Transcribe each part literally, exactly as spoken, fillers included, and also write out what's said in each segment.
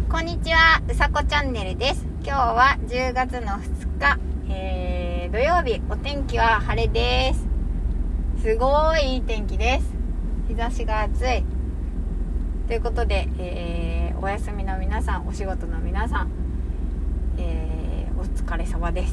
こんにちは、うさこチャンネルです。今日はじゅうがつのふつか、えー、土曜日、お天気は晴れです。すごいいい天気です。日差しが暑いということで、えー、お休みの皆さん、お仕事の皆さん、えー、お疲れ様です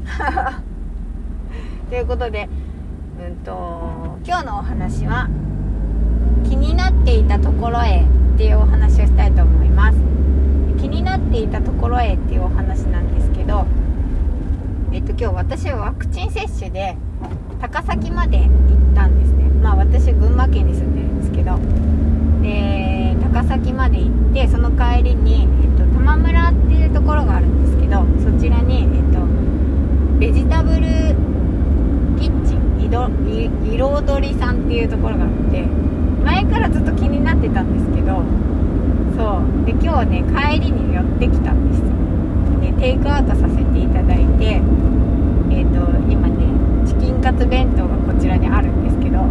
ということで、うんと今日のお話は気になっていたところへっていうお話をしたいと思います。気になっていたところへっていうお話なんですけど、えっと今日私はワクチン接種で高崎まで行ったんですね。まあ私群馬県に住んでるんですけど、で高崎まで行って、その帰りに、えっと、玉村っていうところがあるんですけど、そちらに、えっと、ベジタブルキッチンいどい彩りさんっていうところがあって、前からずっと気になってたんですけど、そうで今日ね帰りに寄ってきたんですよ。でテイクアウトさせていただいて、えーと今ねチキンカツ弁当がこちらにあるんですけど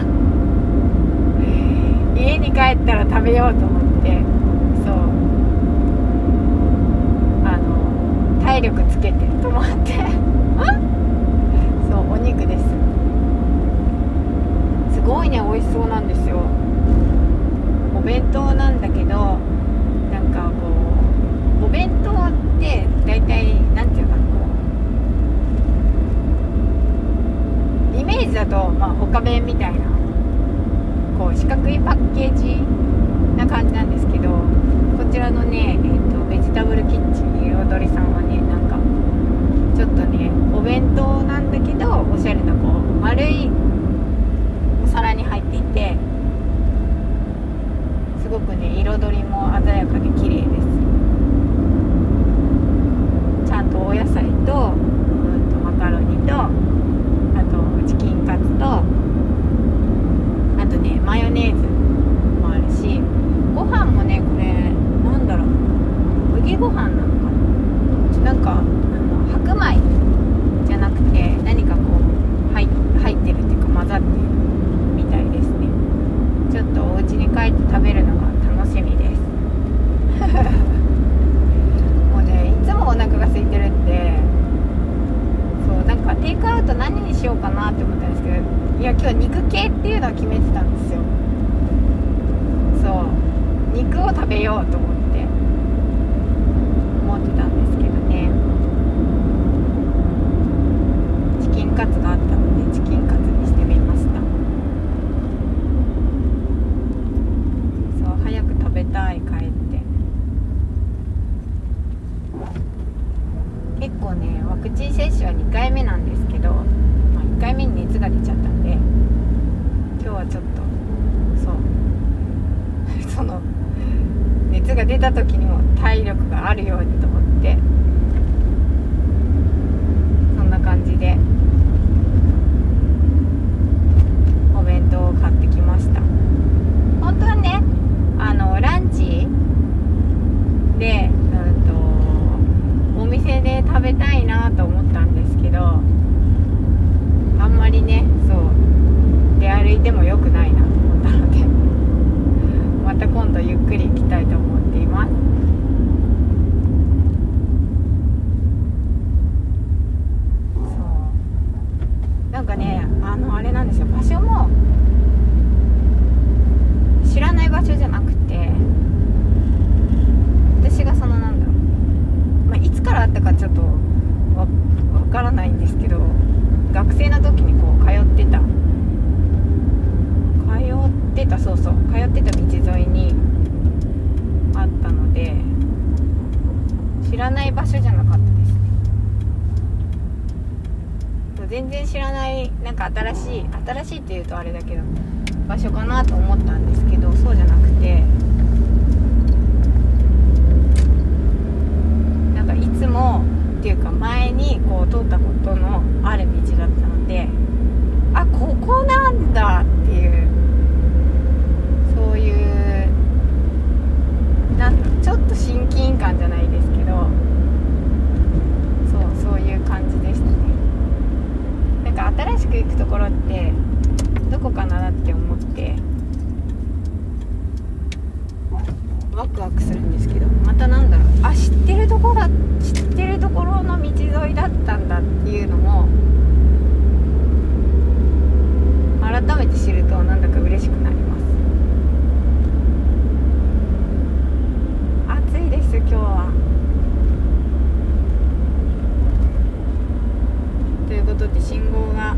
家に帰ったら食べようと思って、そうあの体力つけてと思ってそうお肉です。すごいね美味しそうなんですよ。お弁当なんだけど、なんかこうお弁当って大体なんていうかな、こうイメージだとまあ他弁みたいなこう四角いパッケージな感じなんですけど、こちらのね、えーと、ベジタブルキッチン彩りさんはね、なんかちょっとねお弁当なんだけどおしゃれなこう丸いお皿に入っていて、すごくね彩りも鮮やかで綺麗です。ちゃんとお野菜と、うんとマカロニと、あとチキンカツと、あとねマヨネーズもあるし、ご飯もねこれなんだろう、麦ご飯なのかな、なんかあの白米じゃなくて何かこう入入ってるっていうか混ざってるみたいですね。ちょっとお家に帰って食べるのが楽しみですもうねいつもお腹が空いてるんで、そうなんかテイクアウト何にしようかなって思ったんですけど、いや今日肉系っていうのを決めてたんですよ。そう肉を食べようと思って思ってたんですけどね、チキンカツがあったのでチキンカツにしてみました。早く食べたい、帰って。結構ねワクチン接種はにかいめなんですけど、まあ、いっかいめに熱が出ちゃったんで、今日はちょっとそうその熱が出た時にも体力があるようにと思って、そんな感じでお弁当を買ってきました。本当はねあのランチで、うんと、お店で食べたいなと思ったんですけど、あんまりねそう出歩いても良くないなと思ったのでまた今度ゆっくり行きたいと思っています。そうなんかねあのあれなんですよ、場所も知らない場所じゃなくて、私がそのなんだろう、まあ、いつからあったかちょっと わ, わからないんですけど、学生の時にこう通ってた通ってたそうそう通ってた道沿いにあったので、知らない場所じゃなかったですね。全然知らない、なんか新しい新しいっていうとあれだけど場所かなと思ったんですけど、そうじゃなくて、なんかいつもっていうか前にこう通ったことのある道だったので、あここなんだっていう、そういうなんだろう、ちょっと親近感じゃないですけど、そうそういう感じでしたね。なんか新しく行くところってどこかなって思って、 ワクワクするんですけど、またなんだろう、あ、知ってるところだ知ってるところの道沿いだったんだっていうのも改めて知るとなんだか嬉しくなります。暑いです今日は。ということで信号が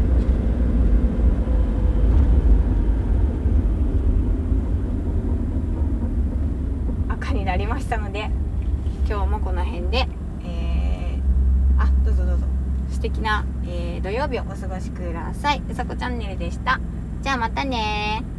赤になりましたので、今日もこの辺で、えー、あ、どうぞどうぞ、素敵な、えー、土曜日をお過ごしください。うさこチャンネルでした。じゃあまたねー。